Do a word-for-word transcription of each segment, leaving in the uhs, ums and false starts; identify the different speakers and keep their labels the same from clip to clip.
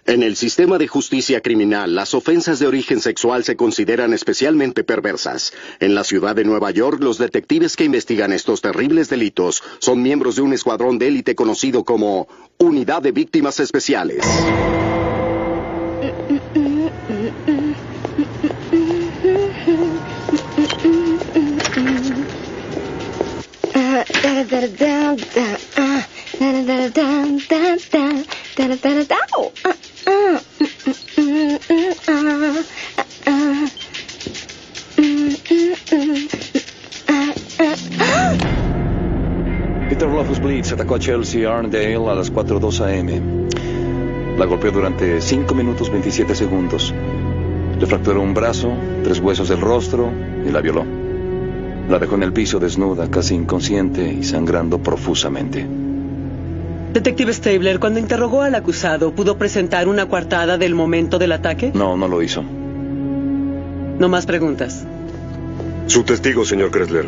Speaker 1: En el sistema de justicia criminal, las ofensas de origen sexual se consideran especialmente perversas. En la ciudad de Nueva York, los detectives que investigan estos terribles delitos son miembros de un escuadrón de élite conocido como Unidad de Víctimas Especiales.
Speaker 2: Peter Loftus Blitz atacó a Chelsea Arndale a las cuatro dos a eme La golpeó durante cinco minutos veintisiete segundos. Le fracturó un brazo, tres huesos del rostro y la violó. La dejó en el piso desnuda, casi inconsciente y sangrando profusamente.
Speaker 3: Detective Stabler, cuando interrogó al acusado, ¿pudo presentar una coartada del momento del ataque?
Speaker 2: No, no lo hizo.
Speaker 3: No más preguntas.
Speaker 4: Su testigo, señor Kressler.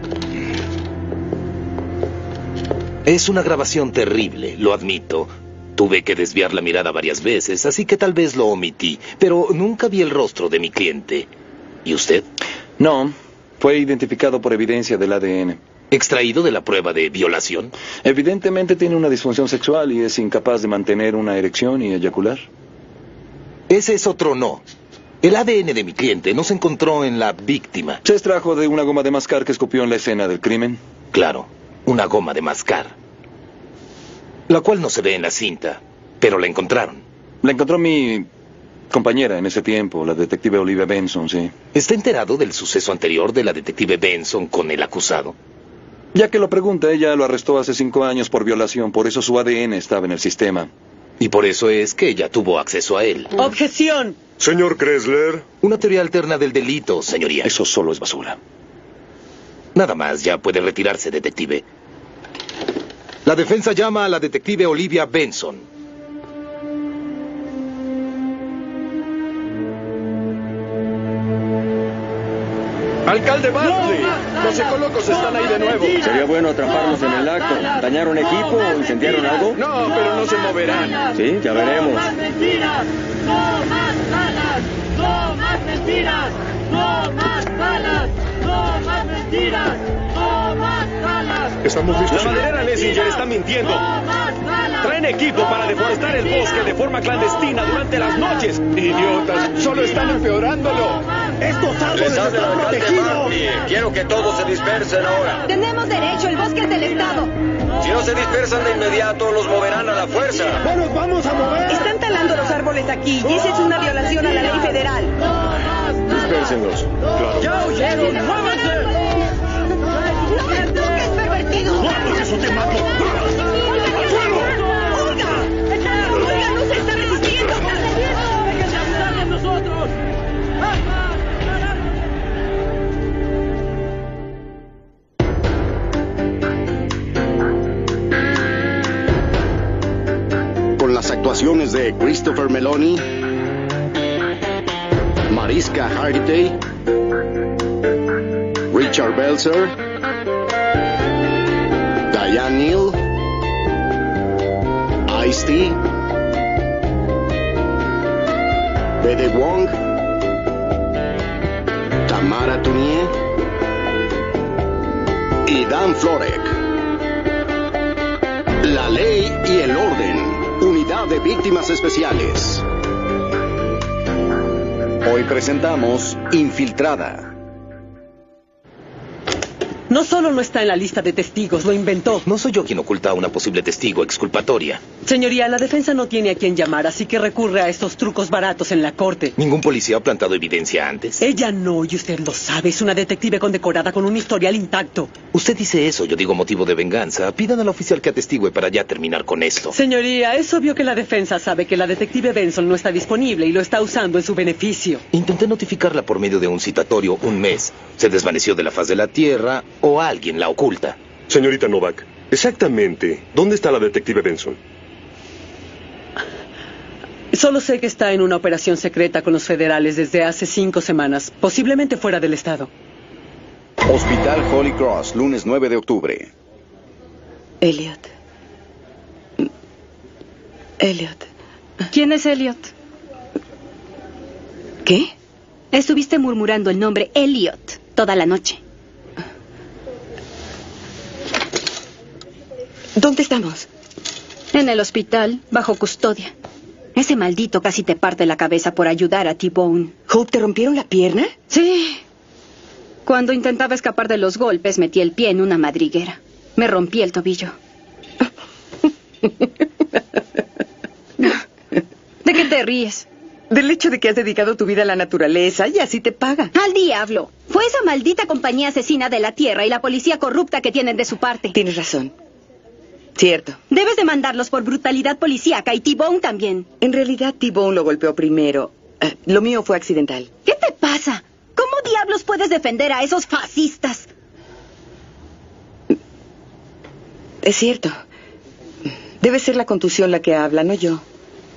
Speaker 5: Es una grabación terrible, lo admito. Tuve que desviar la mirada varias veces, así que tal vez lo omití. Pero nunca vi el rostro de mi cliente. ¿Y usted?
Speaker 2: No, fue identificado por evidencia del A D N.
Speaker 5: ¿Extraído de la prueba de violación?
Speaker 2: Evidentemente tiene una disfunción sexual y es incapaz de mantener una erección y eyacular.
Speaker 5: Ese es otro no. El A D N de mi cliente no se encontró en la víctima.
Speaker 2: Se extrajo de una goma de mascar que escupió en la escena del crimen.
Speaker 5: Claro, una goma de mascar. La cual no se ve en la cinta, pero la encontraron.
Speaker 2: La encontró mi compañera en ese tiempo, la detective Olivia Benson, sí.
Speaker 5: ¿Está enterado del suceso anterior de la detective Benson con el acusado?
Speaker 2: Ya que lo pregunta, ella lo arrestó hace cinco años por violación, por eso su A D N estaba en el sistema.
Speaker 5: Y por eso es que ella tuvo acceso a él.
Speaker 3: ¡Objeción!
Speaker 4: Señor Kressler.
Speaker 5: Una teoría alterna del delito, señoría.
Speaker 2: Eso solo es basura.
Speaker 5: Nada más, ya puede retirarse, detective. La defensa llama a la detective Olivia Benson.
Speaker 6: ¡Alcalde Bartley! Los ecolocos están ahí de nuevo.
Speaker 7: Sería bueno atraparlos en el acto. ¿Dañaron equipo o incendiaron algo?
Speaker 6: No, pero no se moverán.
Speaker 7: Sí, ya veremos.
Speaker 8: ¡No más mentiras! ¡No más balas! ¡No más mentiras! ¡No más balas! ¡No más mentiras! ¡No más balas!
Speaker 4: Estamos listos.
Speaker 6: La maderera Lessinger está mintiendo. Traen equipo para deforestar el bosque de forma clandestina durante las noches. Idiotas, solo están empeorándolo.
Speaker 8: ¡Estos árboles
Speaker 7: Les habla el
Speaker 8: están
Speaker 7: alcalde
Speaker 8: protegidos!
Speaker 7: Bartley. Quiero que todos se dispersen ahora.
Speaker 9: Tenemos derecho, el bosque es del Estado.
Speaker 7: Si no se dispersan de inmediato, los moverán a la fuerza.
Speaker 8: ¡No nos vamos a mover!
Speaker 9: Están talando los árboles aquí y esa es una violación a la ley federal.
Speaker 4: Dispérsenlos. Claro.
Speaker 8: ¡Ya oyeron! ¡Muévanse! ¡No me toques, pervertido!
Speaker 6: ¡Por eso te mato!
Speaker 8: ¡Olga! ¡Olga no se está resistiendo! ¡Déjense abusar de nosotros!
Speaker 1: Con las actuaciones de Christopher Meloni, Mariska Hargitay, Richard Belzer, Diane Neal, Ice-T, Bede Wong, Tamara Tunier y Dan Florek. La ley y el orden. Unidad de Víctimas Especiales. Hoy presentamos Infiltrada.
Speaker 3: No solo no está en la lista de testigos, lo inventó.
Speaker 5: No soy yo quien oculta a una posible testigo exculpatoria.
Speaker 3: Señoría, la defensa no tiene a quien llamar, así que recurre a estos trucos baratos en la corte.
Speaker 5: ¿Ningún policía ha plantado evidencia antes?
Speaker 3: Ella no, y usted lo sabe. Es una detective condecorada con un historial intacto.
Speaker 5: Usted dice eso, yo digo motivo de venganza. Pidan al oficial que atestigue para ya terminar con esto.
Speaker 3: Señoría, es obvio que la defensa sabe que la detective Benson no está disponible y lo está usando en su beneficio.
Speaker 5: Intenté notificarla por medio de un citatorio un mes. Se desvaneció de la faz de la tierra o alguien la oculta.
Speaker 4: Señorita Novak, exactamente, ¿dónde está la detective Benson?
Speaker 3: Solo sé que está en una operación secreta con los federales desde hace cinco semanas, posiblemente fuera del estado.
Speaker 1: Hospital Holy Cross, lunes nueve de octubre.
Speaker 9: Elliot. Elliot.
Speaker 10: ¿Quién es Elliot?
Speaker 9: ¿Qué?
Speaker 10: Estuviste murmurando el nombre Elliot toda la noche.
Speaker 9: ¿Dónde estamos?
Speaker 10: En el hospital, bajo custodia. Ese maldito casi te parte la cabeza por ayudar a T-Bone.
Speaker 9: ¿Hope, te rompieron la pierna?
Speaker 10: Sí. Cuando intentaba escapar de los golpes, metí el pie en una madriguera. Me rompí el tobillo. ¿De qué te ríes?
Speaker 9: Del hecho de que has dedicado tu vida a la naturaleza y así te paga.
Speaker 10: ¡Al diablo! Fue esa maldita compañía asesina de la Tierra y la policía corrupta que tienen de su parte.
Speaker 9: Tienes razón. Cierto.
Speaker 10: Debes demandarlos por brutalidad policíaca y T-Bone también.
Speaker 9: En realidad, T-Bone lo golpeó primero. Uh, lo mío fue accidental.
Speaker 10: ¿Qué te pasa? ¿Cómo diablos puedes defender a esos fascistas?
Speaker 9: Es cierto. Debe ser la contusión la que habla, no yo.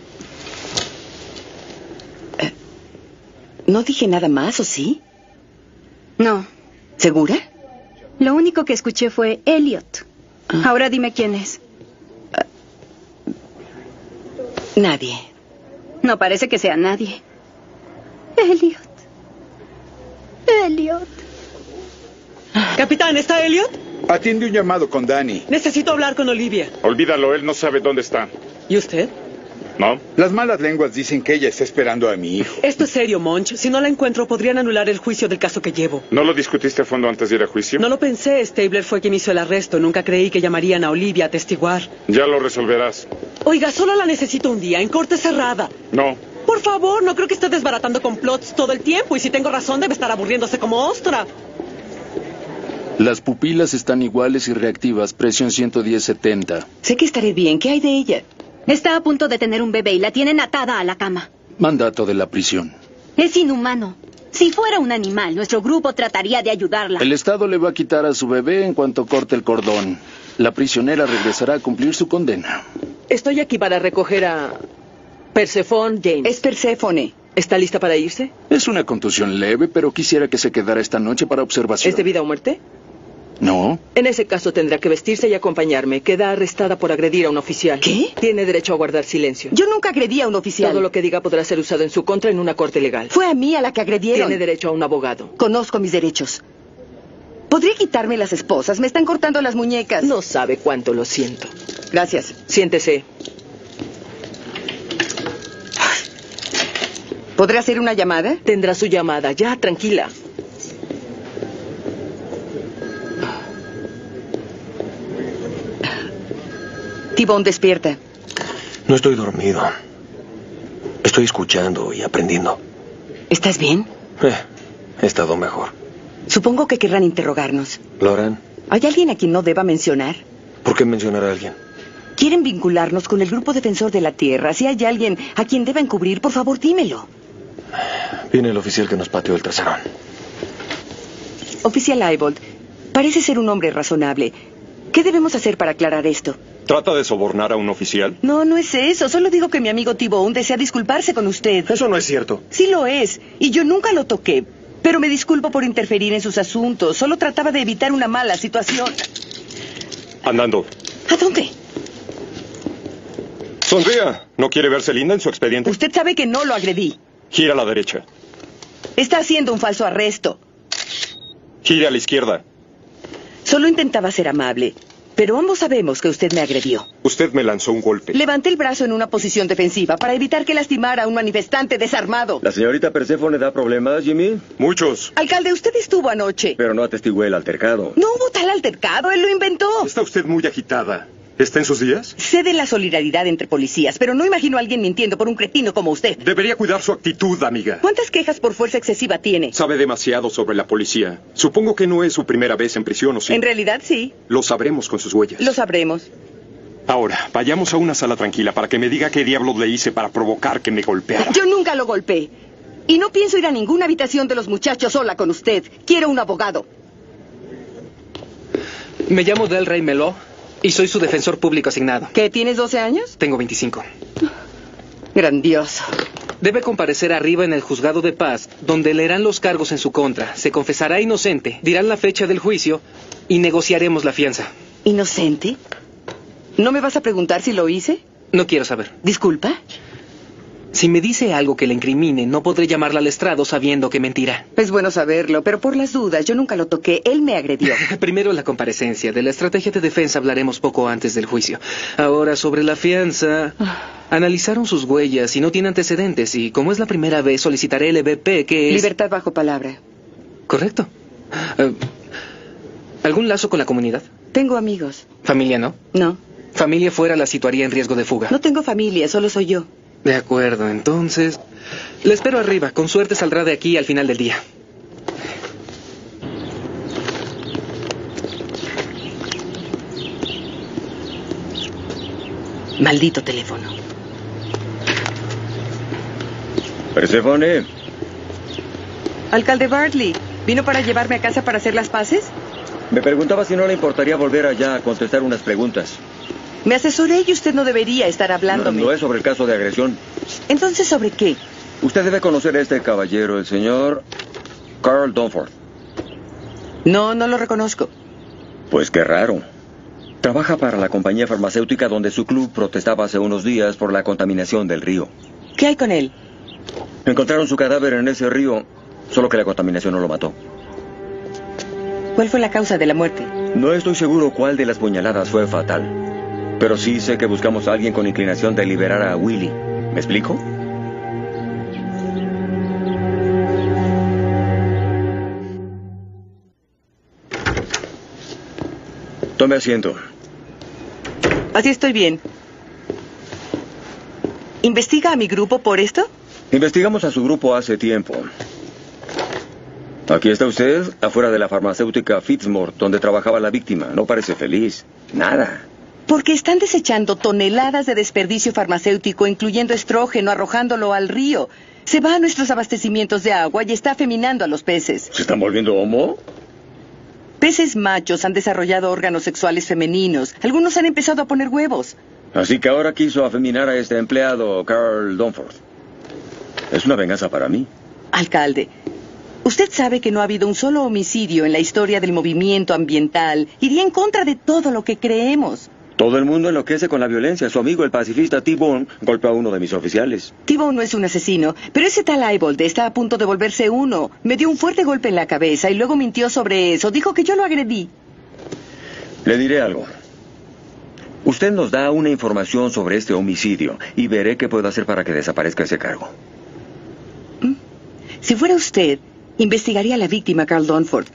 Speaker 9: Uh, ¿No dije nada más, o sí?
Speaker 10: No.
Speaker 9: ¿Segura?
Speaker 10: Lo único que escuché fue Elliot. Ah. Ahora dime quién es.
Speaker 9: Uh, nadie.
Speaker 10: No parece que sea nadie. Elliot. Elliot.
Speaker 3: Capitán, ¿está Elliot?
Speaker 11: Atiende un llamado con Danny.
Speaker 3: Necesito hablar con Olivia.
Speaker 11: Olvídalo, él no sabe dónde está.
Speaker 3: ¿Y usted?
Speaker 11: ¿No? Las malas lenguas dicen que ella está esperando a mi hijo.
Speaker 3: Esto es serio, Monch. Si no la encuentro, podrían anular el juicio del caso que llevo.
Speaker 11: ¿No lo discutiste a fondo antes de ir a juicio?
Speaker 3: No lo pensé. Stabler fue quien hizo el arresto. Nunca creí que llamarían a Olivia a testiguar.
Speaker 11: Ya lo resolverás.
Speaker 3: Oiga, solo la necesito un día, en corte cerrada.
Speaker 11: No.
Speaker 3: Por favor, no creo que esté desbaratando complots todo el tiempo. Y si tengo razón, debe estar aburriéndose como ostra.
Speaker 12: Las pupilas están iguales y reactivas. Presión ciento diez setenta.
Speaker 9: Sé que estaré bien. ¿Qué hay de ella?
Speaker 10: Está a punto de tener un bebé y la tienen atada a la cama.
Speaker 12: Mandato de la prisión.
Speaker 10: Es inhumano. Si fuera un animal, nuestro grupo trataría de ayudarla.
Speaker 12: El Estado le va a quitar a su bebé en cuanto corte el cordón. La prisionera regresará a cumplir su condena.
Speaker 3: Estoy aquí para recoger a Persephone James.
Speaker 9: Es Perséfone.
Speaker 3: ¿Está lista para irse?
Speaker 12: Es una contusión leve, pero quisiera que se quedara esta noche para observación.
Speaker 3: ¿Es de vida o muerte?
Speaker 12: No.
Speaker 3: En ese caso tendrá que vestirse y acompañarme. Queda arrestada por agredir a un oficial.
Speaker 9: ¿Qué?
Speaker 3: Tiene derecho a guardar silencio.
Speaker 9: Yo nunca agredí a un oficial.
Speaker 3: Todo lo que diga podrá ser usado en su contra en una corte legal.
Speaker 9: Fue a mí a la que agredieron.
Speaker 3: Tiene derecho a un abogado.
Speaker 9: Conozco mis derechos. ¿Podría quitarme las esposas? Me están cortando las muñecas.
Speaker 3: No sabe cuánto lo siento.
Speaker 9: Gracias.
Speaker 3: Siéntese.
Speaker 9: ¿Podré hacer una llamada?
Speaker 3: Tendrá su llamada. Ya, tranquila.
Speaker 9: T-Bone, despierta.
Speaker 13: No estoy dormido. Estoy escuchando y aprendiendo.
Speaker 9: ¿Estás bien?
Speaker 13: Eh, he estado mejor.
Speaker 9: Supongo que querrán interrogarnos.
Speaker 13: ¿Lo harán?
Speaker 9: ¿Hay alguien a quien no deba mencionar?
Speaker 13: ¿Por qué mencionar a alguien?
Speaker 9: Quieren vincularnos con el Grupo Defensor de la Tierra. Si hay alguien a quien deba encubrir, por favor, dímelo.
Speaker 13: Viene el oficial que nos pateó el trasero.
Speaker 9: Oficial Leibold, parece ser un hombre razonable. ¿Qué debemos hacer para aclarar esto?
Speaker 6: ¿Trata de sobornar a un oficial?
Speaker 9: No, no es eso. Solo digo que mi amigo T-Bone desea disculparse con usted.
Speaker 6: Eso no es cierto.
Speaker 9: Sí lo es. Y yo nunca lo toqué. Pero me disculpo por interferir en sus asuntos. Solo trataba de evitar una mala situación.
Speaker 6: Andando.
Speaker 9: ¿A dónde?
Speaker 6: Sonría. ¿No quiere verse linda en su expediente?
Speaker 9: Usted sabe que no lo agredí.
Speaker 6: Gira a la derecha.
Speaker 9: Está haciendo un falso arresto.
Speaker 6: Gire a la izquierda.
Speaker 9: Solo intentaba ser amable. Pero ambos sabemos que usted me agredió.
Speaker 6: Usted me lanzó un golpe.
Speaker 9: Levanté el brazo en una posición defensiva para evitar que lastimara a un manifestante desarmado.
Speaker 7: ¿La señorita Perséfone da problemas, Jimmy?
Speaker 6: Muchos.
Speaker 9: Alcalde, usted estuvo anoche.
Speaker 7: Pero no atestigué el altercado.
Speaker 9: No hubo tal altercado, él lo inventó.
Speaker 6: Está usted muy agitada. ¿Está en sus días?
Speaker 9: Sé de la solidaridad entre policías, pero no imagino a alguien mintiendo por un cretino como usted.
Speaker 6: Debería cuidar su actitud, amiga.
Speaker 9: ¿Cuántas quejas por fuerza excesiva tiene?
Speaker 6: Sabe demasiado sobre la policía. Supongo que no es su primera vez en prisión, ¿o sí?
Speaker 9: En realidad, sí.
Speaker 6: Lo sabremos con sus huellas.
Speaker 9: Lo sabremos.
Speaker 6: Ahora, vayamos a una sala tranquila para que me diga qué diablos le hice para provocar que me golpeara.
Speaker 9: Yo nunca lo golpeé. Y no pienso ir a ninguna habitación de los muchachos sola con usted. Quiero un abogado.
Speaker 14: Me llamo Del Rey Meló. Y soy su defensor público asignado.
Speaker 9: ¿Qué, tienes doce años?
Speaker 14: Tengo veinticinco.
Speaker 9: Grandioso.
Speaker 14: Debe comparecer arriba en el juzgado de paz, donde leerán los cargos en su contra. Se confesará inocente, dirán la fecha del juicio y negociaremos la fianza.
Speaker 9: ¿Inocente? ¿No me vas a preguntar si lo hice?
Speaker 14: No quiero saber.
Speaker 9: ¿Disculpa?
Speaker 14: Si me dice algo que le incrimine, no podré llamarla al estrado sabiendo que mentirá.
Speaker 9: Es bueno saberlo, pero por las dudas, yo nunca lo toqué. Él me agredió.
Speaker 14: Primero la comparecencia. De la estrategia de defensa hablaremos poco antes del juicio. Ahora, sobre la fianza... Analizaron sus huellas y no tiene antecedentes. Y como es la primera vez, solicitaré el E B P, que es...
Speaker 9: Libertad bajo palabra.
Speaker 14: Correcto. Uh, ¿Algún lazo con la comunidad?
Speaker 9: Tengo amigos.
Speaker 14: ¿Familia no?
Speaker 9: No.
Speaker 14: Familia fuera la situaría en riesgo de fuga.
Speaker 9: No tengo familia, solo soy yo.
Speaker 14: De acuerdo, entonces... Le espero arriba. Con suerte saldrá de aquí al final del día.
Speaker 9: Maldito teléfono.
Speaker 7: Perséfone.
Speaker 9: Alcalde Bartley, ¿vino para llevarme a casa para hacer las paces?
Speaker 7: Me preguntaba si no le importaría volver allá a contestar unas preguntas.
Speaker 9: Me asesoré y usted no debería estar hablándome.
Speaker 7: No, no es sobre el caso de agresión.
Speaker 9: Entonces, ¿sobre qué?
Speaker 7: Usted debe conocer a este caballero, el señor Carl Dunford.
Speaker 9: No, no lo reconozco.
Speaker 7: Pues qué raro. Trabaja para la compañía farmacéutica donde su club protestaba hace unos días por la contaminación del río.
Speaker 9: ¿Qué hay con él?
Speaker 7: Encontraron su cadáver en ese río, solo que la contaminación no lo mató.
Speaker 9: ¿Cuál fue la causa de la muerte?
Speaker 7: No estoy seguro cuál de las puñaladas fue fatal. Pero sí sé que buscamos a alguien con inclinación de liberar a Willie. ¿Me explico? Tome asiento.
Speaker 9: Así estoy bien. ¿Investiga a mi grupo por esto?
Speaker 7: Investigamos a su grupo hace tiempo. Aquí está usted, afuera de la farmacéutica Fitzmore, donde trabajaba la víctima. No parece feliz. Nada.
Speaker 9: Porque están desechando toneladas de desperdicio farmacéutico, incluyendo estrógeno, arrojándolo al río. Se va a nuestros abastecimientos de agua y está afeminando a los peces.
Speaker 7: ¿Se están volviendo homo?
Speaker 9: Peces machos han desarrollado órganos sexuales femeninos. Algunos han empezado a poner huevos.
Speaker 7: Así que ahora quiso afeminar a este empleado, Carl Dunford. Es una venganza para mí.
Speaker 9: Alcalde, usted sabe que no ha habido un solo homicidio en la historia del movimiento ambiental. Iría en contra de todo lo que creemos.
Speaker 7: Todo el mundo enloquece con la violencia. Su amigo, el pacifista T-Bone, golpeó a uno de mis oficiales.
Speaker 9: T-Bone no es un asesino, pero ese tal Ibold está a punto de volverse uno. Me dio un fuerte golpe en la cabeza y luego mintió sobre eso. Dijo que yo lo agredí.
Speaker 7: Le diré algo. Usted nos da una información sobre este homicidio y veré qué puedo hacer para que desaparezca ese cargo.
Speaker 9: ¿Mm? Si fuera usted, investigaría a la víctima, Carl Dunford.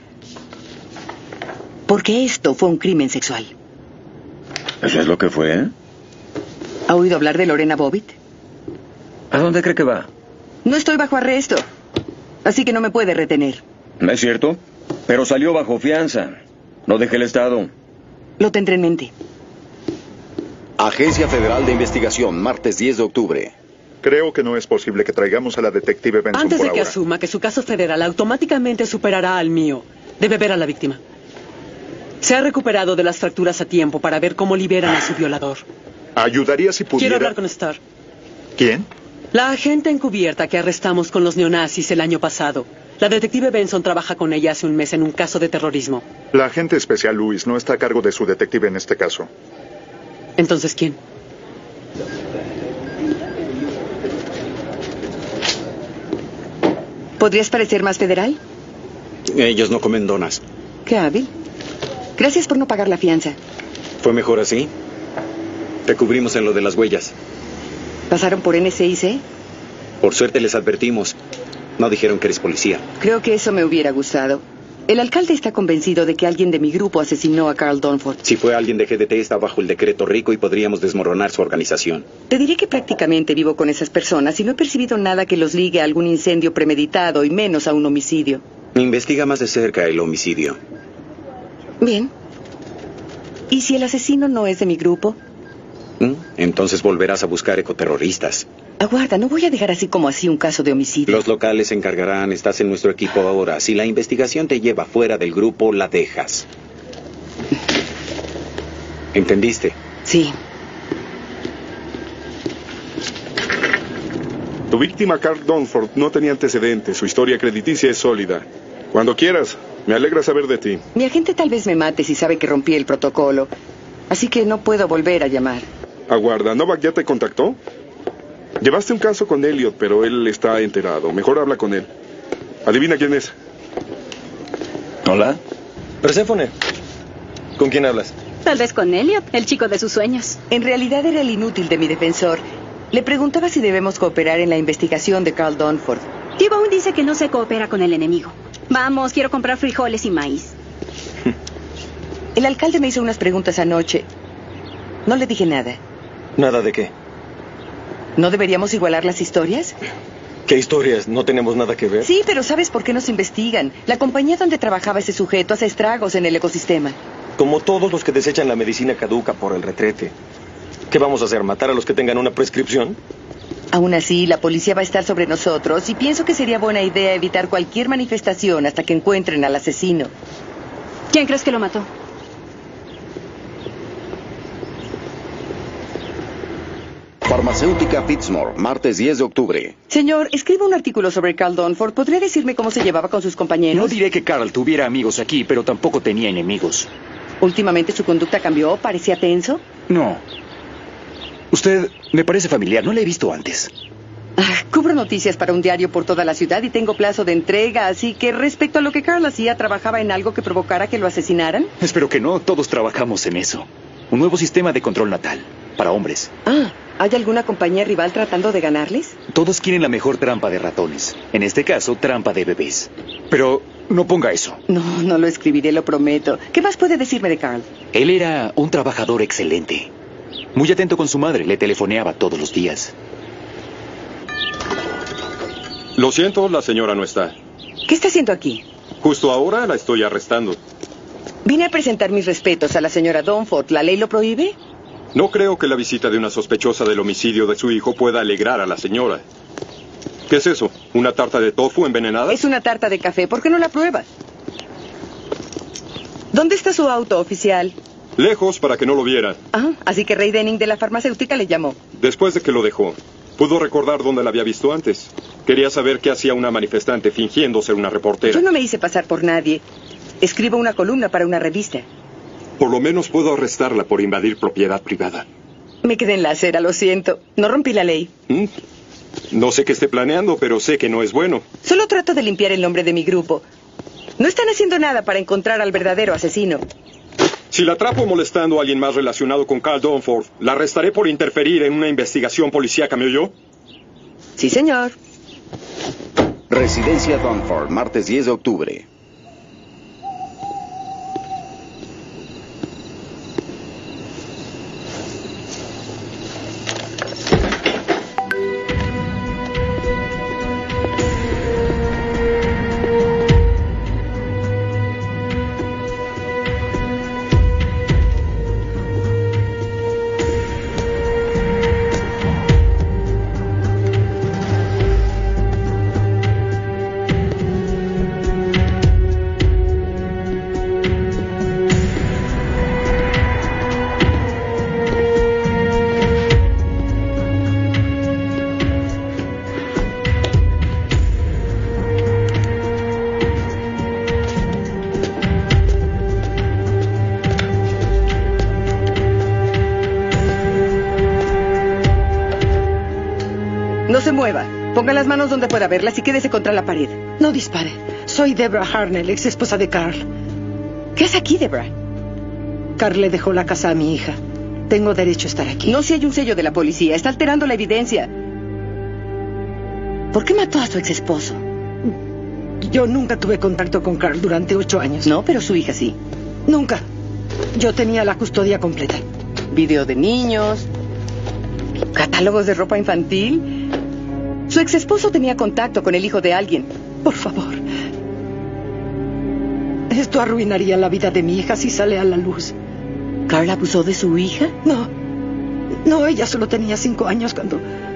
Speaker 9: Porque esto fue un crimen sexual.
Speaker 7: ¿Eso es lo que fue? ¿eh?
Speaker 9: ¿Ha oído hablar de Lorena Bobbitt?
Speaker 7: ¿A dónde cree que va?
Speaker 9: No estoy bajo arresto, así que no me puede retener.
Speaker 7: ¿No es cierto? Pero salió bajo fianza. No deje el estado.
Speaker 9: Lo tendré en mente.
Speaker 1: Agencia Federal de Investigación, martes diez de octubre.
Speaker 11: Creo que no es posible que traigamos a la detective Benson
Speaker 3: Antes
Speaker 11: por
Speaker 3: de que
Speaker 11: ahora.
Speaker 3: asuma que su caso federal automáticamente superará al mío, debe ver a la víctima. Se ha recuperado de las fracturas a tiempo para ver cómo liberan a su violador.
Speaker 11: Ayudaría si pudiera...
Speaker 3: Quiero hablar con Starr.
Speaker 11: ¿Quién?
Speaker 3: La agente encubierta que arrestamos con los neonazis el año pasado. La detective Benson trabaja con ella hace un mes en un caso de terrorismo.
Speaker 11: La agente especial Lewis no está a cargo de su detective en este caso.
Speaker 3: Entonces, ¿quién?
Speaker 9: ¿Podrías parecer más federal?
Speaker 15: Ellos no comen donas.
Speaker 9: Qué hábil. Gracias por no pagar la fianza.
Speaker 15: ¿Fue mejor así? Te cubrimos en lo de las huellas.
Speaker 9: ¿Pasaron por N C I C?
Speaker 15: Por suerte les advertimos. No dijeron que eres policía.
Speaker 9: Creo que eso me hubiera gustado. El alcalde está convencido de que alguien de mi grupo asesinó a Carl Dunford.
Speaker 15: Si fue alguien de G D T, está bajo el decreto rico y podríamos desmoronar su organización.
Speaker 9: Te diré que prácticamente vivo con esas personas y no he percibido nada que los ligue a algún incendio premeditado y menos a un homicidio.
Speaker 15: Investiga más de cerca el homicidio.
Speaker 9: Bien. ¿Y si el asesino no es de mi grupo?
Speaker 15: ¿Mm? Entonces volverás a buscar ecoterroristas.
Speaker 9: Aguarda, no voy a dejar así como así un caso de homicidio.
Speaker 15: Los locales se encargarán, estás en nuestro equipo ahora. Si la investigación te lleva fuera del grupo, la dejas. ¿Entendiste?
Speaker 9: Sí.
Speaker 4: Tu víctima, Carl Dunford, no tenía antecedentes. Su historia crediticia es sólida. Cuando quieras, me alegra saber de ti.
Speaker 9: Mi agente tal vez me mate si sabe que rompí el protocolo. Así que no puedo volver a llamar.
Speaker 4: Aguarda, ¿Novak ya te contactó? Llevaste un caso con Elliot, pero él está enterado. Mejor habla con él. Adivina quién es.
Speaker 13: Hola. Perséfone. ¿Con quién hablas?
Speaker 10: Tal vez con Elliot, el chico de sus sueños.
Speaker 9: En realidad era el inútil de mi defensor. Le preguntaba si debemos cooperar en la investigación de Carl Dunford.
Speaker 10: T-Bone dice que no se coopera con el enemigo. Vamos, quiero comprar frijoles y maíz.
Speaker 9: El alcalde me hizo unas preguntas anoche. No le dije nada.
Speaker 13: ¿Nada de qué?
Speaker 9: ¿No deberíamos igualar las historias?
Speaker 13: ¿Qué historias? ¿No tenemos nada que ver?
Speaker 9: Sí, pero ¿sabes por qué nos investigan? La compañía donde trabajaba ese sujeto hace estragos en el ecosistema.
Speaker 13: Como todos los que desechan la medicina caduca por el retrete. ¿Qué vamos a hacer? ¿Matar a los que tengan una prescripción?
Speaker 9: Aún así, la policía va a estar sobre nosotros y pienso que sería buena idea evitar cualquier manifestación hasta que encuentren al asesino.
Speaker 10: ¿Quién crees que lo mató?
Speaker 1: Farmacéutica Fitzmore, martes diez de octubre.
Speaker 9: Señor, escribo un artículo sobre Carl Dunford. ¿Podría decirme cómo se llevaba con sus compañeros?
Speaker 16: No diré que Carl tuviera amigos aquí, pero tampoco tenía enemigos.
Speaker 9: ¿Últimamente su conducta cambió? ¿Parecía tenso?
Speaker 16: No. Usted me parece familiar, no la he visto antes.
Speaker 9: Ah, cubro noticias para un diario por toda la ciudad y tengo plazo de entrega, así que respecto a lo que Carl hacía, ¿trabajaba en algo que provocara que lo asesinaran?
Speaker 16: Espero que no, todos trabajamos en eso. Un nuevo sistema de control natal, para hombres.
Speaker 9: Ah, ¿hay alguna compañía rival tratando de ganarles?
Speaker 16: Todos quieren la mejor trampa de ratones. En este caso, trampa de bebés. Pero no ponga eso.
Speaker 9: No, no lo escribiré, lo prometo. ¿Qué más puede decirme de Carl?
Speaker 16: Él era un trabajador excelente. Muy atento con su madre, le telefoneaba todos los días.
Speaker 17: Lo siento, la señora no está.
Speaker 9: ¿Qué está haciendo aquí?
Speaker 17: Justo ahora la estoy arrestando.
Speaker 9: Vine a presentar mis respetos a la señora Dunford. ¿La ley lo prohíbe?
Speaker 17: No creo que la visita de una sospechosa del homicidio de su hijo pueda alegrar a la señora. ¿Qué es eso? ¿Una tarta de tofu envenenada?
Speaker 9: Es una tarta de café. ¿Por qué no la prueba? ¿Dónde está su auto, oficial?
Speaker 17: Lejos, para que no lo viera.
Speaker 9: Ah, así que Ray Denning de la farmacéutica le llamó.
Speaker 17: Después de que lo dejó, pudo recordar dónde la había visto antes. Quería saber qué hacía una manifestante fingiendo ser una reportera.
Speaker 9: Yo no me hice pasar por nadie. Escribo una columna para una revista.
Speaker 17: Por lo menos puedo arrestarla por invadir propiedad privada.
Speaker 9: Me quedé en la acera, lo siento. No rompí la ley.
Speaker 17: ¿Mm? No sé qué esté planeando, pero sé que no es bueno.
Speaker 9: Solo trato de limpiar el nombre de mi grupo. No están haciendo nada para encontrar al verdadero asesino.
Speaker 17: Si la atrapo molestando a alguien más relacionado con Carl Dunford, la arrestaré por interferir en una investigación policíaca, ¿me oyó?
Speaker 9: Sí, señor.
Speaker 1: Residencia Dunford, martes diez de octubre.
Speaker 9: No se mueva. Ponga las manos donde pueda verlas y quédese contra la pared.
Speaker 3: No dispare. Soy Deborah Harnell, ex esposa de Carl.
Speaker 9: ¿Qué hace aquí, Deborah?
Speaker 3: Carl le dejó la casa a mi hija. Tengo derecho a estar aquí.
Speaker 9: No si hay un sello de la policía. Está alterando la evidencia. ¿Por qué mató a su ex esposo?
Speaker 3: Yo nunca tuve contacto con Carl durante ocho años.
Speaker 9: No, pero su hija sí.
Speaker 3: Nunca. Yo tenía la custodia completa.
Speaker 9: Video de niños. Catálogos de ropa infantil. Su ex esposo tenía contacto con el hijo de alguien.
Speaker 3: Por favor. Esto arruinaría la vida de mi hija si sale a la luz.
Speaker 9: ¿Carl abusó de su hija?
Speaker 3: No. No, ella solo tenía cinco años cuando...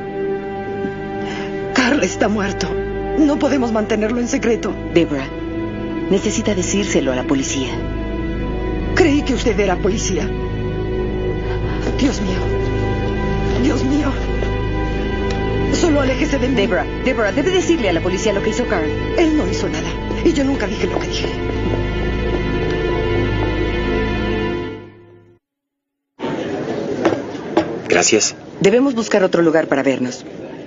Speaker 3: Carl está muerto. No podemos mantenerlo en secreto.
Speaker 9: Deborah, necesita decírselo a la policía.
Speaker 3: Creí que usted era policía. Dios mío. Dios mío. Solo aléjese de mí.
Speaker 9: Deborah, Deborah, debe decirle a la policía lo que hizo Carl.
Speaker 3: Él no hizo nada. Y yo nunca dije lo que dije.
Speaker 15: Gracias.
Speaker 9: Debemos buscar otro lugar para vernos.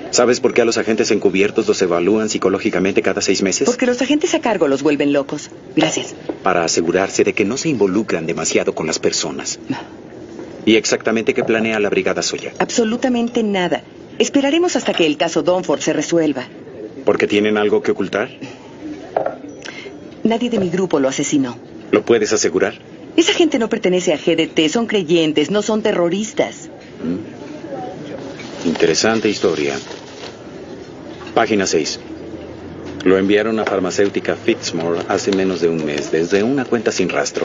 Speaker 15: ¿Sabes por qué a los agentes encubiertos los evalúan psicológicamente cada seis meses?
Speaker 9: Porque los agentes a cargo los vuelven locos. Gracias.
Speaker 15: Para asegurarse de que no se involucran demasiado con las personas. ¿Y exactamente qué planea la Brigada Suya?
Speaker 9: Absolutamente nada. Esperaremos hasta que el caso Dunford se resuelva.
Speaker 15: ¿Porque tienen algo que ocultar?
Speaker 9: Nadie de mi grupo lo asesinó.
Speaker 15: ¿Lo puedes asegurar?
Speaker 9: Esa gente no pertenece a G D T, son creyentes, no son terroristas.
Speaker 15: Mm. Interesante historia. Página seis. Lo enviaron a farmacéutica Fitzmore hace menos de un mes, desde una cuenta sin rastro.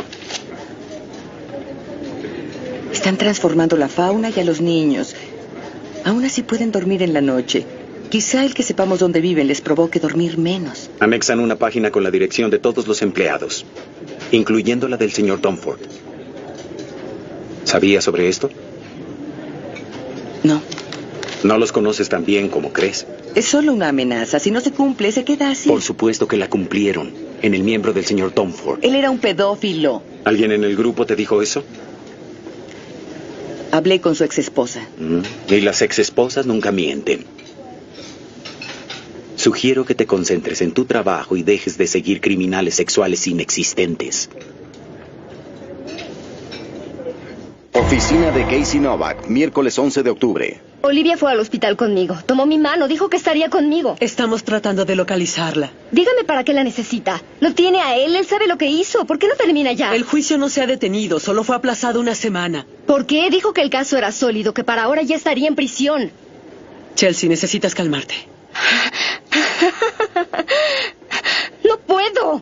Speaker 9: Están transformando la fauna y a los niños. Aún así pueden dormir en la noche. Quizá el que sepamos dónde viven les provoque dormir menos.
Speaker 15: Anexan una página con la dirección de todos los empleados, incluyendo la del señor Dunford. ¿Sabías sobre esto?
Speaker 9: No.
Speaker 15: ¿No los conoces tan bien como crees?
Speaker 9: Es solo una amenaza. Si no se cumple, se queda así.
Speaker 15: Por supuesto que la cumplieron. En el miembro del señor Dunford.
Speaker 9: Él era un pedófilo.
Speaker 15: ¿Alguien en el grupo te dijo eso?
Speaker 9: Hablé con su exesposa.
Speaker 15: Mm. Y las exesposas nunca mienten. Sugiero que te concentres en tu trabajo y dejes de seguir criminales sexuales inexistentes.
Speaker 1: Oficina de Casey Novak, miércoles once de octubre.
Speaker 18: Olivia fue al hospital conmigo. Tomó mi mano, dijo que estaría conmigo.
Speaker 3: Estamos tratando de localizarla.
Speaker 18: Dígame para qué la necesita. Lo tiene a él, él sabe lo que hizo. ¿Por qué no termina ya?
Speaker 3: El juicio no se ha detenido, solo fue aplazado una semana.
Speaker 18: ¿Por qué? Dijo que el caso era sólido, que para ahora ya estaría en prisión.
Speaker 3: Chelsea, necesitas calmarte.
Speaker 18: No puedo.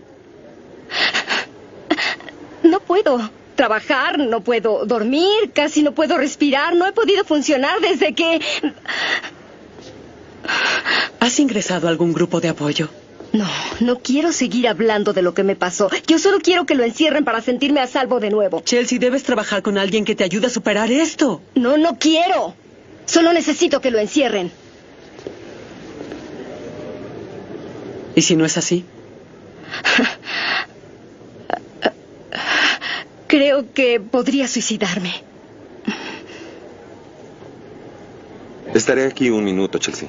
Speaker 18: No puedo trabajar, no puedo dormir, casi no puedo respirar, no he podido funcionar desde que...
Speaker 3: ¿Has ingresado a algún grupo de apoyo?
Speaker 18: No, no quiero seguir hablando de lo que me pasó. Yo solo quiero que lo encierren para sentirme a salvo de nuevo.
Speaker 3: Chelsea, debes trabajar con alguien que te ayude a superar esto.
Speaker 18: No, no quiero. Solo necesito que lo encierren.
Speaker 3: ¿Y si no es así?
Speaker 18: Creo que podría suicidarme.
Speaker 17: Estaré aquí un minuto, Chelsea.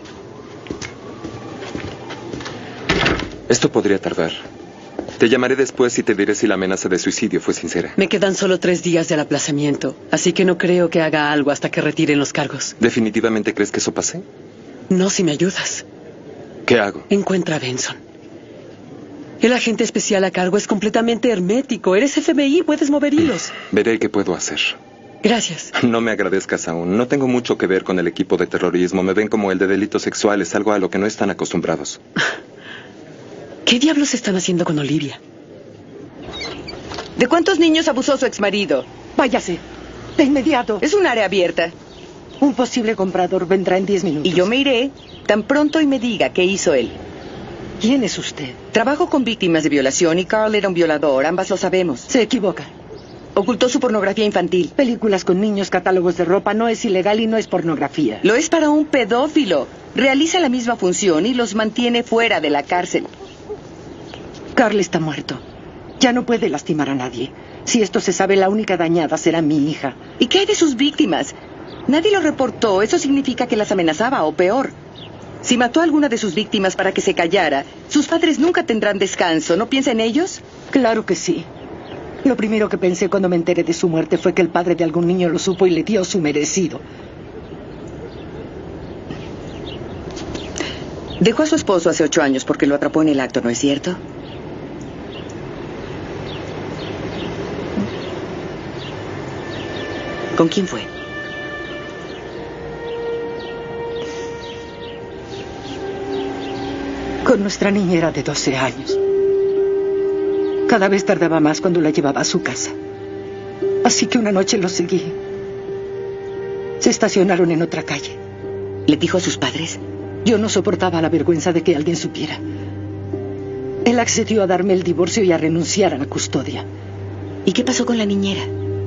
Speaker 17: Esto podría tardar. Te llamaré después y te diré si la amenaza de suicidio fue sincera.
Speaker 3: Me quedan solo tres días del aplazamiento, así que no creo que haga algo hasta que retiren los cargos.
Speaker 17: ¿Definitivamente crees que eso pase?
Speaker 3: No, si me ayudas.
Speaker 17: ¿Qué hago?
Speaker 3: Encuentra a Benson. El agente especial a cargo es completamente hermético. Eres F B I, puedes mover hilos.
Speaker 17: Veré qué puedo hacer.
Speaker 3: Gracias.
Speaker 17: No me agradezcas aún. No tengo mucho que ver con el equipo de terrorismo. Me ven como el de delitos sexuales, algo a lo que no están acostumbrados.
Speaker 3: ¿Qué diablos están haciendo con Olivia?
Speaker 9: ¿De cuántos niños abusó su exmarido?
Speaker 19: Váyase. De inmediato.
Speaker 9: Es un área abierta.
Speaker 19: Un posible comprador vendrá en diez minutos.
Speaker 9: Y yo me iré tan pronto y me diga qué hizo él.
Speaker 19: ¿Quién es usted?
Speaker 9: Trabajo con víctimas de violación y Carl era un violador. Ambas lo sabemos.
Speaker 19: Se equivoca.
Speaker 9: Ocultó su pornografía infantil.
Speaker 19: Películas con niños, catálogos de ropa, no es ilegal y no es pornografía.
Speaker 9: Lo es para un pedófilo. Realiza la misma función y los mantiene fuera de la cárcel.
Speaker 19: Carl está muerto. Ya no puede lastimar a nadie. Si esto se sabe, la única dañada será mi hija.
Speaker 9: ¿Y qué hay de sus víctimas? Nadie lo reportó. Eso significa que las amenazaba, o peor. Si mató a alguna de sus víctimas para que se callara, sus padres nunca tendrán descanso. ¿No piensa en ellos?
Speaker 19: Claro que sí. Lo primero que pensé cuando me enteré de su muerte fue que el padre de algún niño lo supo y le dio su merecido.
Speaker 9: Dejó a su esposo hace ocho años porque lo atrapó en el acto, ¿no es cierto? ¿Con quién fue?
Speaker 19: Con nuestra niñera de doce años. Cada vez tardaba más cuando la llevaba a su casa. Así que una noche lo seguí. Se estacionaron en otra calle.
Speaker 9: ¿Le dijo a sus padres?
Speaker 19: Yo no soportaba la vergüenza de que alguien supiera. Él accedió a darme el divorcio y a renunciar a la custodia.
Speaker 9: ¿Y qué pasó con la niñera?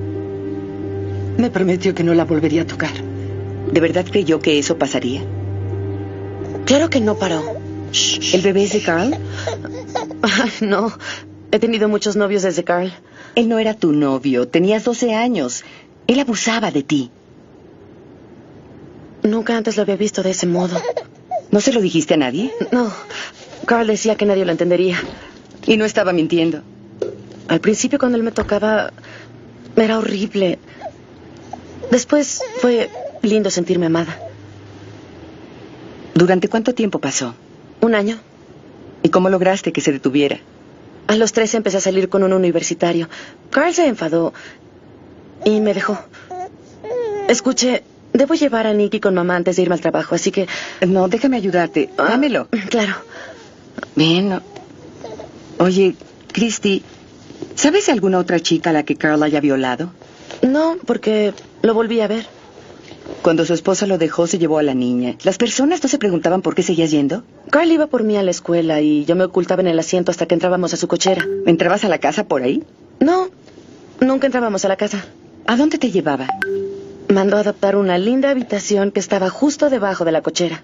Speaker 19: Me prometió que no la volvería a tocar.
Speaker 9: ¿De verdad creyó que eso pasaría?
Speaker 20: Claro que no paró.
Speaker 9: ¿El bebé es de Carl?
Speaker 20: No, he tenido muchos novios desde Carl.
Speaker 9: Él no era tu novio, tenías doce años. Él abusaba de ti.
Speaker 20: Nunca antes lo había visto de ese modo.
Speaker 9: ¿No se lo dijiste a nadie?
Speaker 20: No. Carl decía que nadie lo entendería.
Speaker 9: Y no estaba mintiendo.
Speaker 20: Al principio, cuando él me tocaba, era horrible. Después fue lindo sentirme amada.
Speaker 9: ¿Durante cuánto tiempo pasó?
Speaker 20: Un año.
Speaker 9: ¿Y cómo lograste que se detuviera?
Speaker 20: A los trece empecé a salir con un universitario. Carl se enfadó y me dejó. Escuche, debo llevar a Nicky con mamá antes de irme al trabajo, así que...
Speaker 9: No, déjame ayudarte.
Speaker 20: Ah,
Speaker 9: Dámelo.
Speaker 20: Claro.
Speaker 9: Bien. Oye, Christy, ¿sabes de alguna otra chica a la que Carl haya violado?
Speaker 20: No, porque lo volví a ver.
Speaker 9: Cuando su esposa lo dejó, se llevó a la niña. ¿Las personas no se preguntaban por qué seguías yendo?
Speaker 20: Carl iba por mí a la escuela y yo me ocultaba en el asiento hasta que entrábamos a su cochera.
Speaker 9: ¿Entrabas a la casa por ahí?
Speaker 20: No, nunca entrábamos a la casa.
Speaker 9: ¿A dónde te llevaba?
Speaker 20: Mandó a adaptar una linda habitación que estaba justo debajo de la cochera.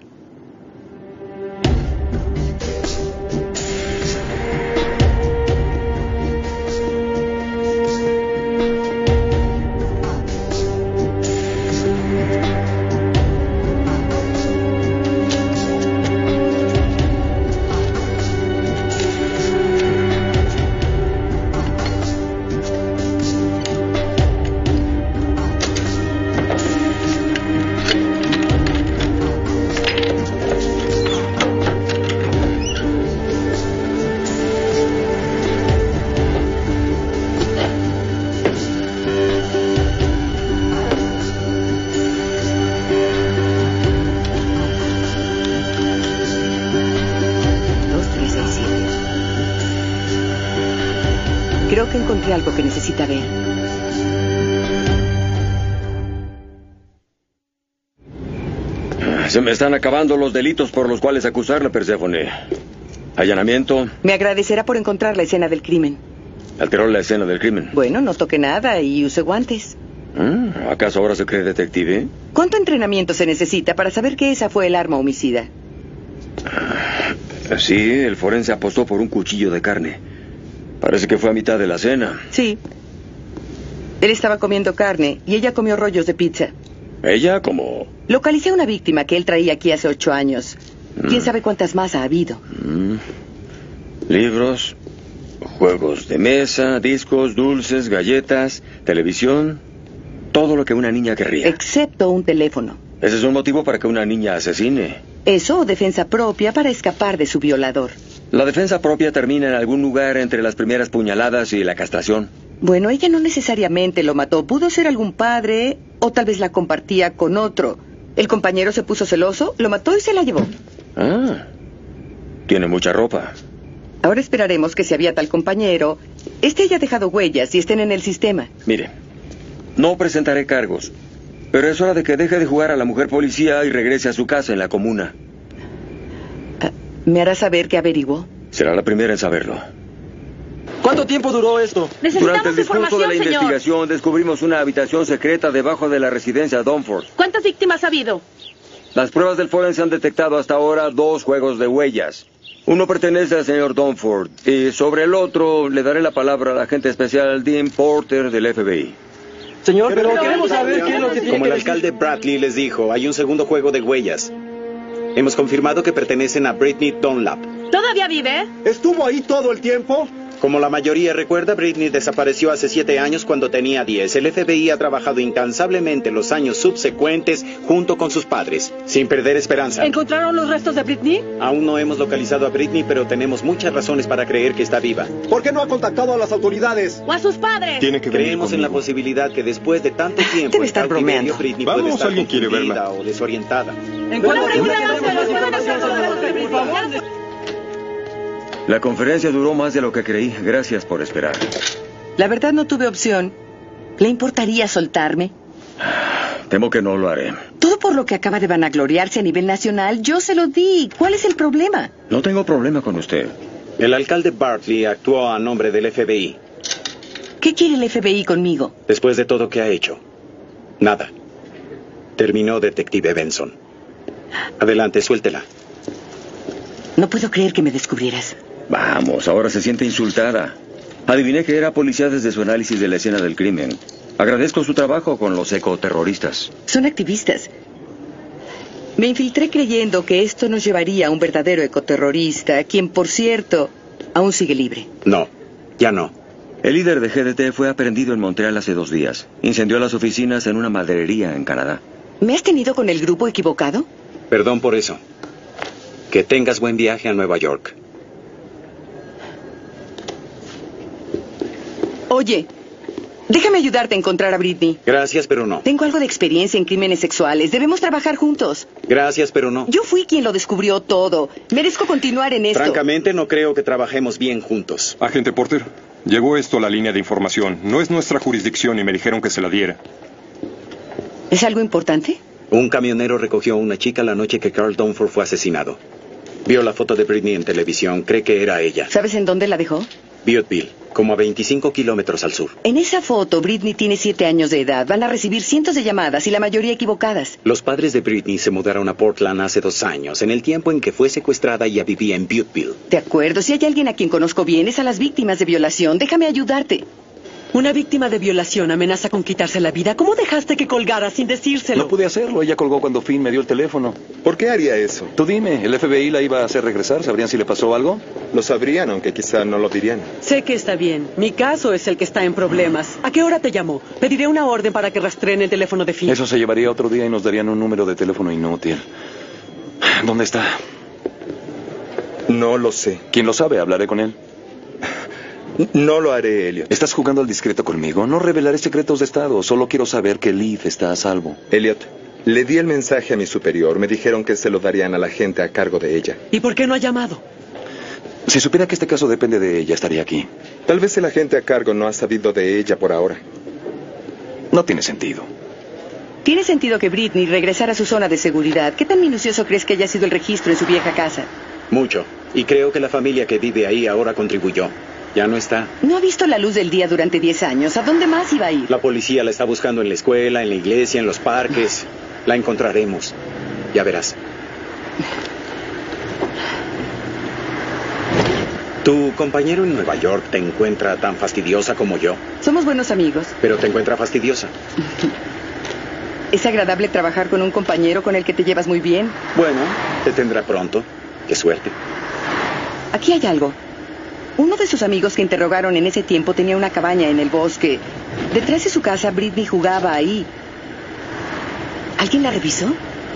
Speaker 9: Creo que encontré algo que necesita ver.
Speaker 7: Se me están acabando los delitos por los cuales acusarla, Perséfone. Allanamiento.
Speaker 9: Me agradecerá por encontrar la escena del crimen.
Speaker 7: Alteró la escena del crimen.
Speaker 9: Bueno, no toqué nada y usé guantes.
Speaker 7: ¿Acaso ahora se cree detective?
Speaker 9: ¿Cuánto entrenamiento se necesita para saber que esa fue el arma homicida?
Speaker 7: Sí, el forense apostó por un cuchillo de carne. Parece que fue a mitad de la cena.
Speaker 9: Sí. Él estaba comiendo carne y ella comió rollos de pizza.
Speaker 7: ¿Ella? ¿Cómo?
Speaker 9: Localicé a una víctima que él traía aquí hace ocho años. ¿Quién sabe cuántas más ha habido?
Speaker 7: Mm. Libros, juegos de mesa, discos, dulces, galletas, televisión. Todo lo que una niña querría.
Speaker 9: Excepto un teléfono.
Speaker 7: Ese es un motivo para que una niña asesine.
Speaker 9: Eso o defensa propia para escapar de su violador.
Speaker 7: La defensa propia termina en algún lugar entre las primeras puñaladas y la castración.
Speaker 9: Bueno, ella no necesariamente lo mató. Pudo ser algún padre o tal vez la compartía con otro. El compañero se puso celoso, lo mató y se la llevó.
Speaker 7: Ah, tiene mucha ropa.
Speaker 9: Ahora esperaremos que si había tal compañero, este haya dejado huellas y estén en el sistema.
Speaker 7: Mire, no presentaré cargos, pero es hora de que deje de jugar a la mujer policía y regrese a su casa en la comuna.
Speaker 9: ¿Me hará saber qué averiguó?
Speaker 7: Será la primera en saberlo.
Speaker 13: ¿Cuánto tiempo duró esto?
Speaker 7: Durante el discurso de la investigación descubrimos una habitación secreta debajo de la residencia Dunford.
Speaker 10: ¿Cuántas víctimas ha habido?
Speaker 7: Las pruebas del forense han detectado hasta ahora dos juegos de huellas. Uno pertenece al señor Dunford y sobre el otro le daré la palabra al agente especial Dean Porter del F B I.
Speaker 13: Señor, pero, pero queremos saber qué es lo que tiene
Speaker 15: Como
Speaker 13: que
Speaker 15: el
Speaker 13: decir.
Speaker 15: alcalde Bradley les dijo, hay un segundo juego de huellas. Hemos confirmado que pertenecen a Brittany Dunlap.
Speaker 10: ¿Todavía vive?
Speaker 13: ¿Estuvo ahí todo el tiempo?
Speaker 15: Como la mayoría recuerda, Brittany desapareció hace siete años cuando tenía diez. El F B I ha trabajado incansablemente los años subsecuentes junto con sus padres, sin perder esperanza.
Speaker 3: ¿Encontraron los restos de Brittany?
Speaker 15: Aún no hemos localizado a Brittany, pero tenemos muchas razones para creer que está viva.
Speaker 13: ¿Por qué no ha contactado a las autoridades?
Speaker 10: ¿O a sus padres?
Speaker 17: Tiene que venir
Speaker 15: Creemos en la
Speaker 17: conmigo.
Speaker 15: posibilidad que después de tanto tiempo
Speaker 9: Debe estar
Speaker 15: el cautiverio
Speaker 9: bromeando.
Speaker 15: Brittany
Speaker 17: Vamos,
Speaker 15: puede estar
Speaker 17: alguien quiere
Speaker 15: confundida
Speaker 17: verla.
Speaker 15: o desorientada.
Speaker 7: La conferencia duró más de lo que creí. Gracias por esperar.
Speaker 9: La verdad no tuve opción. ¿Le importaría soltarme?
Speaker 7: Temo que no lo haré.
Speaker 9: Todo por lo que acaba de vanagloriarse a nivel nacional, yo se lo di. ¿Cuál es el problema?
Speaker 7: No tengo problema con usted.
Speaker 15: El alcalde Bartley actuó a nombre del F B I.
Speaker 9: ¿Qué quiere el F B I conmigo?
Speaker 15: Después de todo que ha hecho. Nada. Terminó detective Benson. Adelante, suéltela.
Speaker 9: No puedo creer que me descubrieras.
Speaker 7: Vamos, ahora se siente insultada. Adiviné que era policía desde su análisis de la escena del crimen. Agradezco su trabajo con los ecoterroristas.
Speaker 9: Son activistas. Me infiltré creyendo que esto nos llevaría a un verdadero ecoterrorista, quien, por cierto, aún sigue libre.
Speaker 15: No, ya no.
Speaker 7: El líder de G D T fue aprehendido en Montreal hace dos días. Incendió las oficinas en una maderería en Canadá.
Speaker 9: ¿Me has tenido con el grupo equivocado?
Speaker 15: Perdón por eso. Que tengas buen viaje a Nueva York.
Speaker 9: Oye, déjame ayudarte a encontrar a Britney.
Speaker 15: Gracias, pero no.
Speaker 9: Tengo algo de experiencia en crímenes sexuales. Debemos trabajar juntos.
Speaker 15: Gracias, pero no.
Speaker 9: Yo fui quien lo descubrió todo. Merezco continuar en esto.
Speaker 15: Francamente, no creo que trabajemos bien juntos.
Speaker 17: Agente Porter, llegó esto a la línea de información. No es nuestra jurisdicción y me dijeron que se la diera.
Speaker 9: ¿Es algo importante?
Speaker 15: Un camionero recogió a una chica la noche que Carl Dunford fue asesinado. Vio la foto de Britney en televisión. Cree que era ella.
Speaker 9: ¿Sabes en dónde la dejó?
Speaker 15: Butteville, como a veinticinco kilómetros al sur.
Speaker 9: En esa foto, Britney tiene siete años de edad. Van a recibir cientos de llamadas y la mayoría equivocadas.
Speaker 15: Los padres de Britney se mudaron a Portland hace dos años, en el tiempo en que fue secuestrada y ya vivía en Butteville.
Speaker 9: De acuerdo. Si hay alguien a quien conozco bien, es a las víctimas de violación. Déjame ayudarte.
Speaker 3: Una víctima de violación amenaza con quitarse la vida. ¿Cómo dejaste que colgara sin decírselo?
Speaker 2: No pude hacerlo. Ella colgó cuando Finn me dio el teléfono.
Speaker 21: ¿Por qué haría eso?
Speaker 2: Tú dime, ¿el F B I la iba a hacer regresar? ¿Sabrían si le pasó algo?
Speaker 21: Lo sabrían, aunque quizá no lo dirían.
Speaker 3: Sé que está bien. Mi caso es el que está en problemas. ¿A qué hora te llamó? Pediré una orden para que rastreen el teléfono de Finn.
Speaker 2: Eso se llevaría otro día y nos darían un número de teléfono inútil. ¿Dónde está?
Speaker 21: No lo sé.
Speaker 2: ¿Quién lo sabe? Hablaré con él.
Speaker 21: No lo haré, Elliot.
Speaker 2: ¿Estás jugando al discreto conmigo? No revelaré secretos de Estado. Solo quiero saber que Liv está a salvo.
Speaker 21: Elliot, le di el mensaje a mi superior. Me dijeron que se lo darían a la gente a cargo de ella.
Speaker 3: ¿Y por qué no ha llamado?
Speaker 2: Si supiera que este caso depende de ella, estaría aquí.
Speaker 21: Tal vez el agente a cargo no ha sabido de ella por ahora.
Speaker 2: No tiene sentido.
Speaker 9: Tiene sentido que Britney regresara a su zona de seguridad. ¿Qué tan minucioso crees que haya sido el registro en su vieja casa?
Speaker 15: Mucho. Y creo que la familia que vive ahí ahora contribuyó. Ya no está.
Speaker 9: No ha visto la luz del día durante diez años. ¿A dónde más iba a ir?
Speaker 15: La policía la está buscando en la escuela, en la iglesia, en los parques. La encontraremos. Ya verás. ¿Tu compañero en Nueva York te encuentra tan fastidiosa como yo?
Speaker 9: Somos buenos amigos.
Speaker 15: Pero te encuentra fastidiosa.
Speaker 9: Es agradable trabajar con un compañero con el que te llevas muy bien.
Speaker 15: Bueno, te tendrá pronto. Qué suerte.
Speaker 9: Aquí hay algo. Uno de sus amigos que interrogaron en ese tiempo tenía una cabaña en el bosque. Detrás de su casa, Britney jugaba ahí. ¿Alguien la revisó?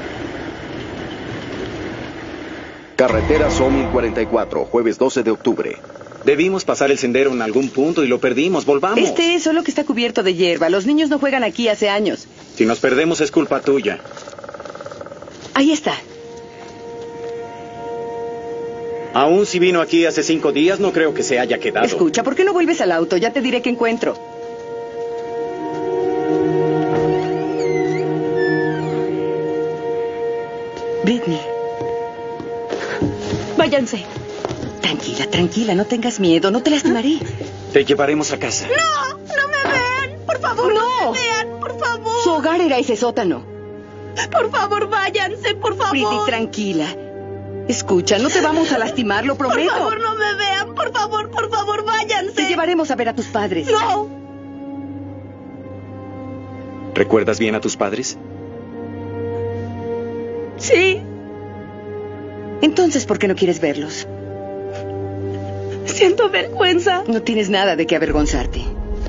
Speaker 1: Carretera S O mil cuarenta y cuatro, jueves doce de octubre.
Speaker 15: Debimos pasar el sendero en algún punto y lo perdimos. Volvamos.
Speaker 9: Este es solo que está cubierto de hierba. Los niños no juegan aquí hace años.
Speaker 15: Si nos perdemos es culpa tuya.
Speaker 9: Ahí está.
Speaker 15: Aún si vino aquí hace cinco días, no creo que se haya quedado.
Speaker 9: Escucha, ¿por qué no vuelves al auto? Ya te diré qué encuentro. Britney.
Speaker 10: Váyanse.
Speaker 9: Tranquila, tranquila, no tengas miedo, no te lastimaré.
Speaker 15: Te llevaremos a casa.
Speaker 18: ¡No! ¡No me vean! ¡Por favor, no, no me vean! ¡Por favor!
Speaker 9: Su hogar era ese sótano.
Speaker 18: Por favor, váyanse, por favor.
Speaker 9: Britney, tranquila. Escucha, no te vamos a lastimar, lo prometo.
Speaker 18: Por favor, no me vean. Por favor, por favor, váyanse.
Speaker 9: Te llevaremos a ver a tus padres.
Speaker 18: No.
Speaker 15: ¿Recuerdas bien a tus padres?
Speaker 18: Sí.
Speaker 9: Entonces, ¿por qué no quieres verlos?
Speaker 18: Siento vergüenza.
Speaker 9: No tienes nada de qué avergonzarte.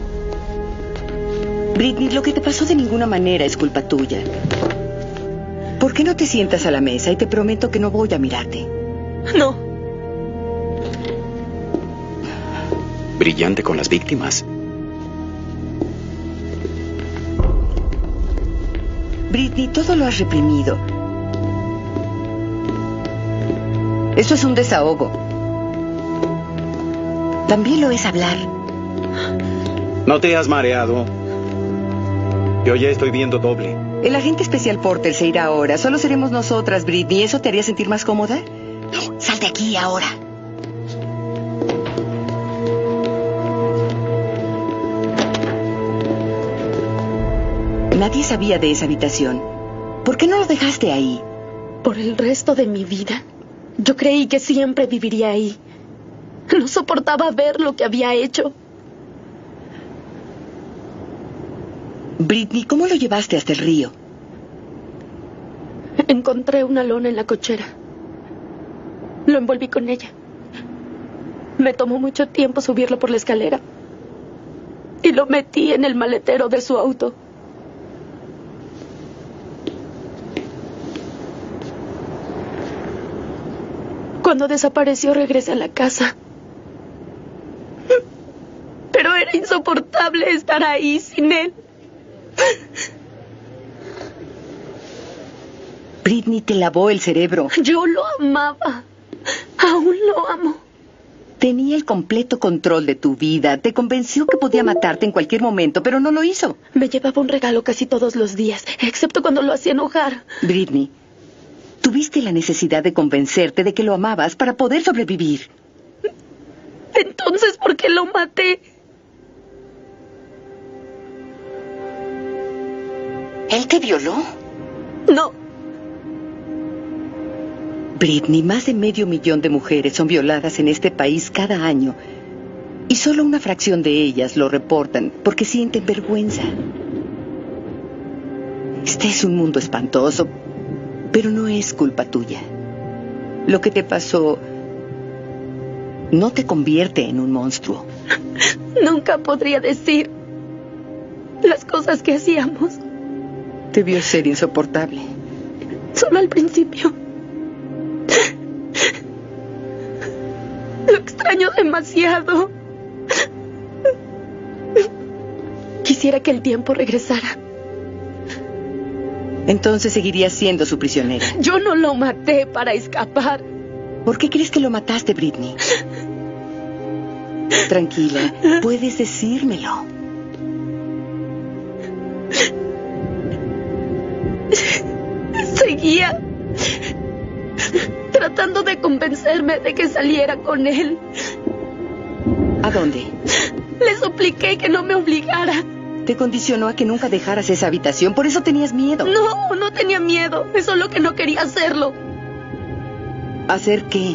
Speaker 9: Britney, lo que te pasó de ninguna manera es culpa tuya. ¿Por qué no te sientas a la mesa y te prometo que no voy a mirarte?
Speaker 18: No.
Speaker 15: Brillante con las víctimas.
Speaker 9: Britney, todo lo has reprimido. Eso es un desahogo. También lo es hablar.
Speaker 15: No te has mareado. Yo ya estoy viendo doble.
Speaker 9: El agente especial Porter se irá ahora. Solo seremos nosotras, Britney. ¿Eso te haría sentir más cómoda? No, sal de aquí ahora. Nadie sabía de esa habitación. ¿Por qué no lo dejaste ahí?
Speaker 10: Por el resto de mi vida. Yo creí que siempre viviría ahí. No soportaba ver lo que había hecho.
Speaker 9: Britney, ¿cómo lo llevaste hasta el río?
Speaker 10: Encontré una lona en la cochera. Lo envolví con ella. Me tomó mucho tiempo subirlo por la escalera. Y lo metí en el maletero de su auto. Cuando desapareció, regresé a la casa. Pero era insoportable estar ahí sin él.
Speaker 9: Britney te lavó el cerebro.
Speaker 10: Yo lo amaba. Aún lo amo.
Speaker 9: Tenía el completo control de tu vida. Te convenció que podía matarte en cualquier momento, pero no lo hizo.
Speaker 10: Me llevaba un regalo casi todos los días, excepto cuando lo hacía enojar.
Speaker 9: Britney, tuviste la necesidad de convencerte de que lo amabas para poder sobrevivir.
Speaker 10: Entonces, ¿por qué lo maté?
Speaker 9: ¿Él te violó?
Speaker 10: No.
Speaker 9: Britney, más de medio millón de mujeres son violadas en este país cada año. Y solo una fracción de ellas lo reportan porque sienten vergüenza. Este es un mundo espantoso, pero no es culpa tuya. Lo que te pasó no te convierte en un monstruo.
Speaker 10: Nunca podría decir las cosas que hacíamos.
Speaker 9: Debió ser insoportable.
Speaker 10: Solo al principio. Lo extraño demasiado. Quisiera que el tiempo regresara.
Speaker 9: Entonces seguirías siendo su prisionera.
Speaker 10: Yo no lo maté para escapar.
Speaker 9: ¿Por qué crees que lo mataste, Britney? Tranquila, puedes decírmelo.
Speaker 10: Seguía tratando de convencerme de que saliera con él.
Speaker 9: ¿A dónde?
Speaker 10: Le supliqué que no me obligara.
Speaker 9: Te condicionó a que nunca dejaras esa habitación, por eso tenías miedo.
Speaker 10: No, no tenía miedo, es solo que no quería hacerlo.
Speaker 9: ¿Hacer qué?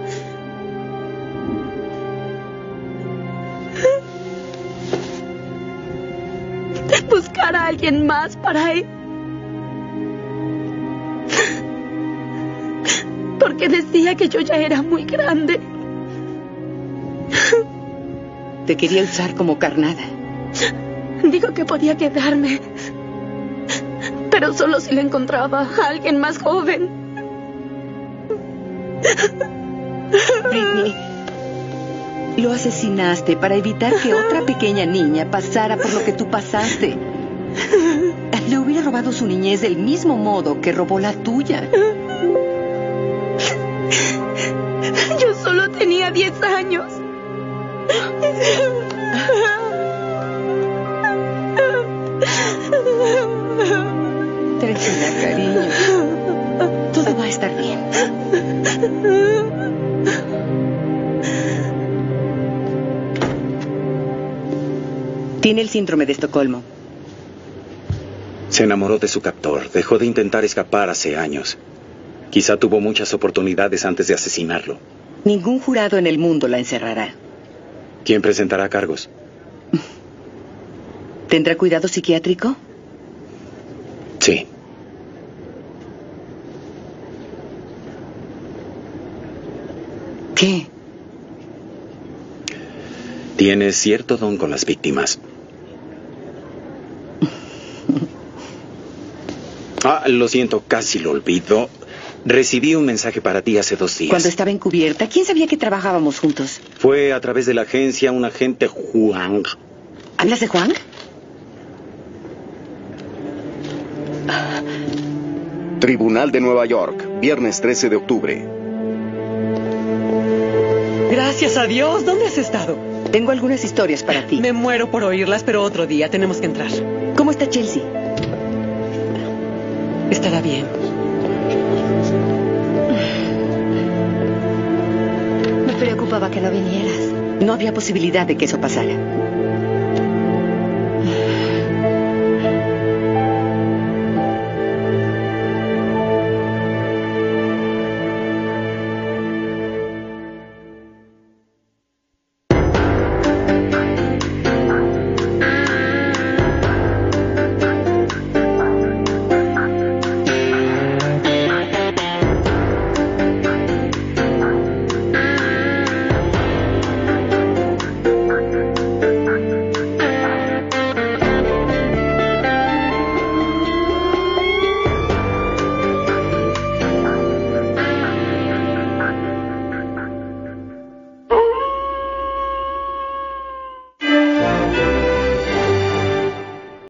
Speaker 10: Buscar a alguien más para él. Porque decía que yo ya era muy grande.
Speaker 9: Te quería usar como carnada.
Speaker 10: Dijo que podía quedarme, pero solo si le encontraba a alguien más joven.
Speaker 9: Britney, lo asesinaste para evitar que otra pequeña niña pasara por lo que tú pasaste. Le hubiera robado su niñez del mismo modo que robó la tuya.
Speaker 10: Yo solo tenía diez años.
Speaker 9: Tranquila, cariño. Todo va a estar bien. Tiene el síndrome de Estocolmo.
Speaker 15: Se enamoró de su captor. Dejó de intentar escapar hace años. Quizá tuvo muchas oportunidades antes de asesinarlo.
Speaker 9: Ningún jurado en el mundo la encerrará.
Speaker 15: ¿Quién presentará cargos?
Speaker 9: ¿Tendrá cuidado psiquiátrico?
Speaker 15: Sí.
Speaker 9: ¿Qué?
Speaker 15: Tiene cierto don con las víctimas. Ah, lo siento, casi lo olvido. Recibí un mensaje para ti hace dos días.
Speaker 9: Cuando estaba encubierta, ¿quién sabía que trabajábamos juntos?
Speaker 15: Fue a través de la agencia un agente Juan.
Speaker 9: ¿Hablas de Juan?
Speaker 1: Tribunal de Nueva York, viernes trece de octubre.
Speaker 3: Gracias a Dios. ¿Dónde has estado?
Speaker 9: Tengo algunas historias para ti.
Speaker 3: Me muero por oírlas, pero otro día tenemos que entrar.
Speaker 9: ¿Cómo está Chelsea?
Speaker 3: Estará bien.
Speaker 18: Me preocupaba que no vinieras.
Speaker 9: No había posibilidad de que eso pasara.